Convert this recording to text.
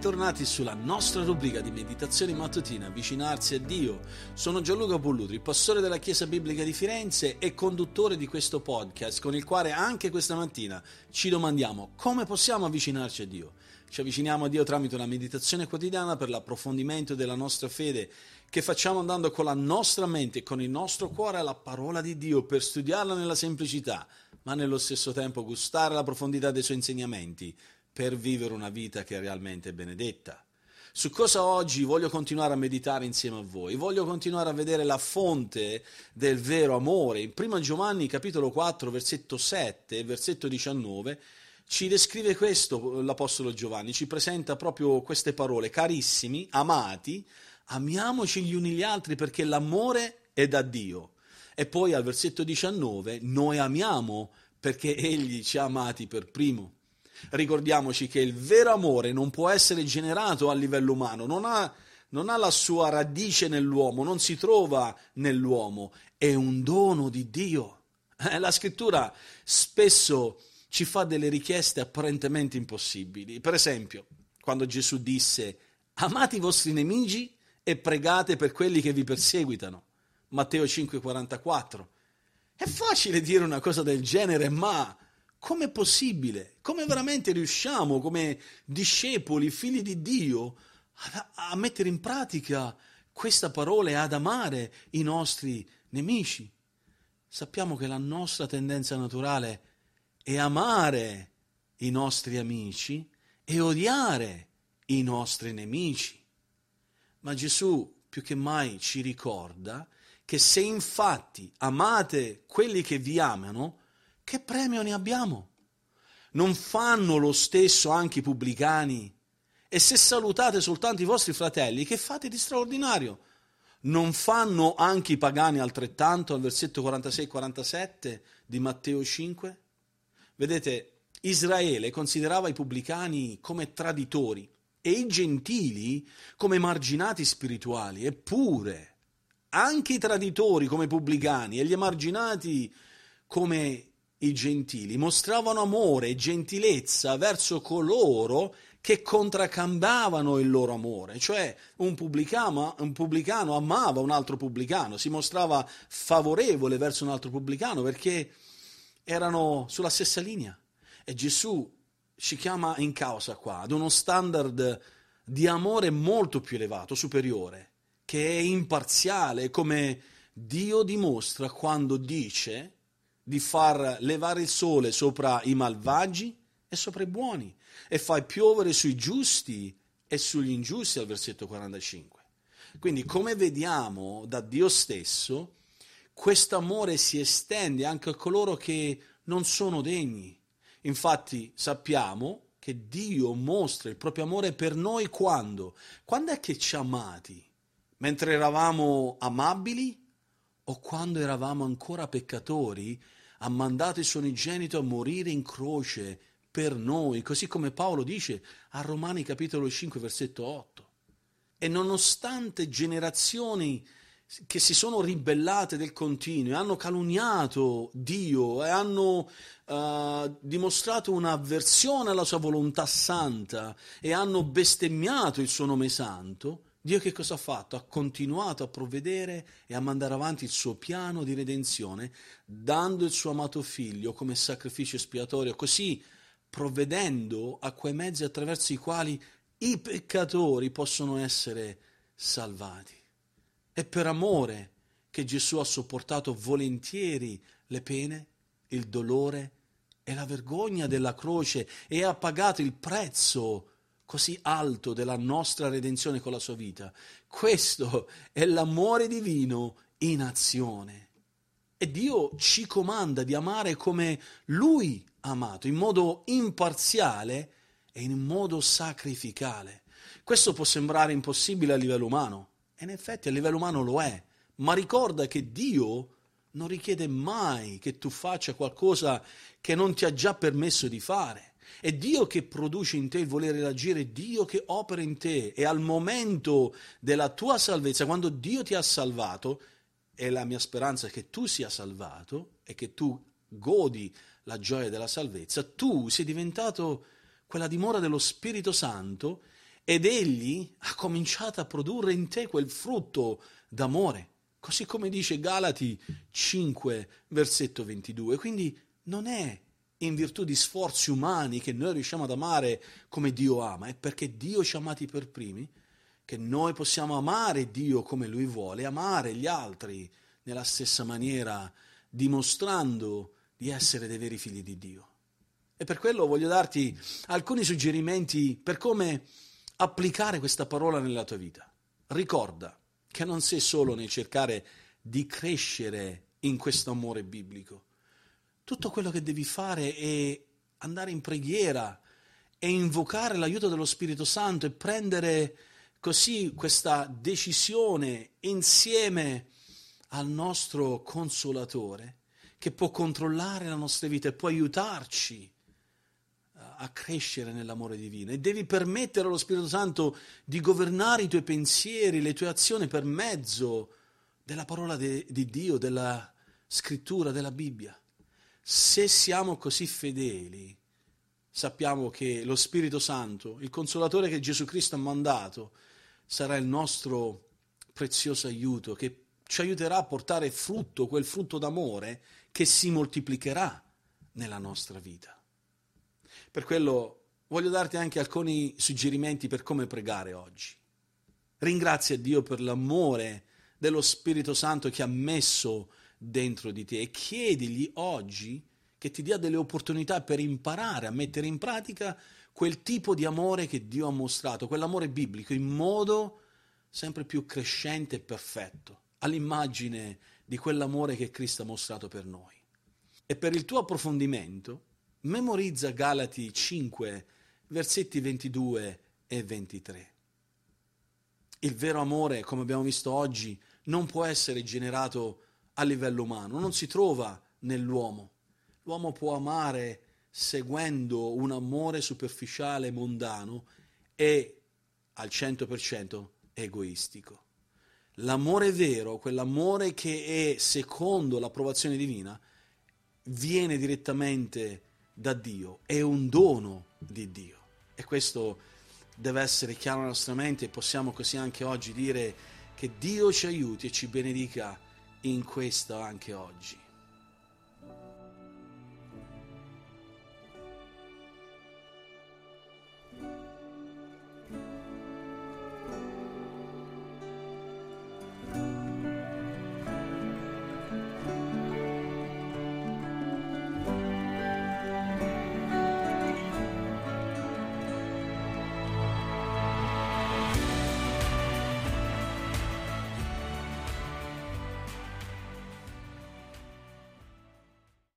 bentornati sulla nostra rubrica di meditazioni mattutine Avvicinarsi a Dio. Sono Gianluca Pollutri, pastore della Chiesa Biblica di Firenze e conduttore di questo podcast, con il quale anche questa mattina ci domandiamo come possiamo avvicinarci a Dio. Ci avviciniamo a Dio tramite una meditazione quotidiana per l'approfondimento della nostra fede, che facciamo andando con la nostra mente e con il nostro cuore alla parola di Dio per studiarla nella semplicità, ma nello stesso tempo gustare la profondità dei suoi insegnamenti, per vivere una vita che è realmente benedetta. Su cosa oggi voglio continuare a meditare insieme a voi? Voglio continuare a vedere la fonte del vero amore. In 1 Giovanni capitolo 4, versetto 7 e versetto 19, ci descrive questo l'Apostolo Giovanni, ci presenta proprio queste parole: carissimi, amati, amiamoci gli uni gli altri perché l'amore è da Dio. E poi al versetto 19, noi amiamo perché Egli ci ha amati per primo. Ricordiamoci che il vero amore non può essere generato a livello umano, non ha la sua radice nell'uomo, non si trova nell'uomo, è un dono di Dio. La scrittura spesso ci fa delle richieste apparentemente impossibili. Per esempio, quando Gesù disse: amate i vostri nemici e pregate per quelli che vi perseguitano. Matteo 5,44. È facile dire una cosa del genere, ma com'è possibile? Come veramente riusciamo, come discepoli, figli di Dio, a mettere in pratica questa parola e ad amare i nostri nemici? Sappiamo che la nostra tendenza naturale è amare i nostri amici e odiare i nostri nemici. Ma Gesù più che mai ci ricorda che se infatti amate quelli che vi amano, che premio ne abbiamo? Non fanno lo stesso anche i pubblicani? E se salutate soltanto i vostri fratelli, che fate di straordinario? Non fanno anche i pagani altrettanto, al versetto 46-47 di Matteo 5? Vedete, Israele considerava i pubblicani come traditori e i gentili come marginati spirituali, eppure anche i traditori come pubblicani e gli emarginati come i gentili mostravano amore e gentilezza verso coloro che contraccambiavano il loro amore, cioè un pubblicano amava un altro pubblicano, si mostrava favorevole verso un altro pubblicano perché erano sulla stessa linea. E Gesù ci chiama in causa qua ad uno standard di amore molto più elevato, superiore, che è imparziale, come Dio dimostra quando dice di far levare il sole sopra i malvagi e sopra i buoni, e fai piovere sui giusti e sugli ingiusti, al versetto 45. Quindi, come vediamo da Dio stesso, questo amore si estende anche a coloro che non sono degni. Infatti sappiamo che Dio mostra il proprio amore per noi quando? Quando è che ci ha amati? Mentre eravamo amabili? O quando eravamo ancora peccatori, ha mandato il suo unigenito a morire in croce per noi, così come Paolo dice a Romani capitolo 5 versetto 8. E nonostante generazioni che si sono ribellate del continuo e hanno calunniato Dio e hanno dimostrato un'avversione alla sua volontà santa e hanno bestemmiato il suo nome santo, Dio che cosa ha fatto? Ha continuato a provvedere e a mandare avanti il suo piano di redenzione, dando il suo amato figlio come sacrificio espiatorio, così provvedendo a quei mezzi attraverso i quali i peccatori possono essere salvati. È per amore che Gesù ha sopportato volentieri le pene, il dolore e la vergogna della croce e ha pagato il prezzo così alto della nostra redenzione con la sua vita. Questo è l'amore divino in azione. E Dio ci comanda di amare come Lui ha amato, in modo imparziale e in modo sacrificale. Questo può sembrare impossibile a livello umano, e in effetti a livello umano lo è, ma ricorda che Dio non richiede mai che tu faccia qualcosa che non ti ha già permesso di fare. È Dio che produce in te il volere agire, è Dio che opera in te, e al momento della tua salvezza, quando Dio ti ha salvato, è la mia speranza che tu sia salvato e che tu godi la gioia della salvezza, tu sei diventato quella dimora dello Spirito Santo ed Egli ha cominciato a produrre in te quel frutto d'amore, così come dice Galati 5, versetto 22. Quindi non è in virtù di sforzi umani che noi riusciamo ad amare come Dio ama, è perché Dio ci ha amati per primi che noi possiamo amare Dio come Lui vuole, amare gli altri nella stessa maniera, dimostrando di essere dei veri figli di Dio. E per quello voglio darti alcuni suggerimenti per come applicare questa parola nella tua vita. Ricorda che non sei solo nel cercare di crescere in questo amore biblico. Tutto quello che devi fare è andare in preghiera e invocare l'aiuto dello Spirito Santo e prendere così questa decisione insieme al nostro Consolatore che può controllare la nostra vita e può aiutarci a crescere nell'amore divino. E devi permettere allo Spirito Santo di governare i tuoi pensieri, le tue azioni per mezzo della parola di Dio, della scrittura, della Bibbia. Se siamo così fedeli, sappiamo che lo Spirito Santo, il Consolatore che Gesù Cristo ha mandato, sarà il nostro prezioso aiuto che ci aiuterà a portare frutto, quel frutto d'amore che si moltiplicherà nella nostra vita. Per quello voglio darti anche alcuni suggerimenti per come pregare oggi. Ringrazia Dio per l'amore dello Spirito Santo che ha messo dentro di te e chiedigli oggi che ti dia delle opportunità per imparare a mettere in pratica quel tipo di amore che Dio ha mostrato, quell'amore biblico, in modo sempre più crescente e perfetto, all'immagine di quell'amore che Cristo ha mostrato per noi. E per il tuo approfondimento, memorizza Galati 5, versetti 22 e 23. Il vero amore, come abbiamo visto oggi, non può essere generato a livello umano, non si trova nell'uomo. L'uomo può amare seguendo un amore superficiale, mondano e al 100% egoistico. L'amore vero, quell'amore che è secondo l'approvazione divina, viene direttamente da Dio, è un dono di Dio. E questo deve essere chiaro nella nostra mente e possiamo così anche oggi dire che Dio ci aiuti e ci benedica in questo anche oggi.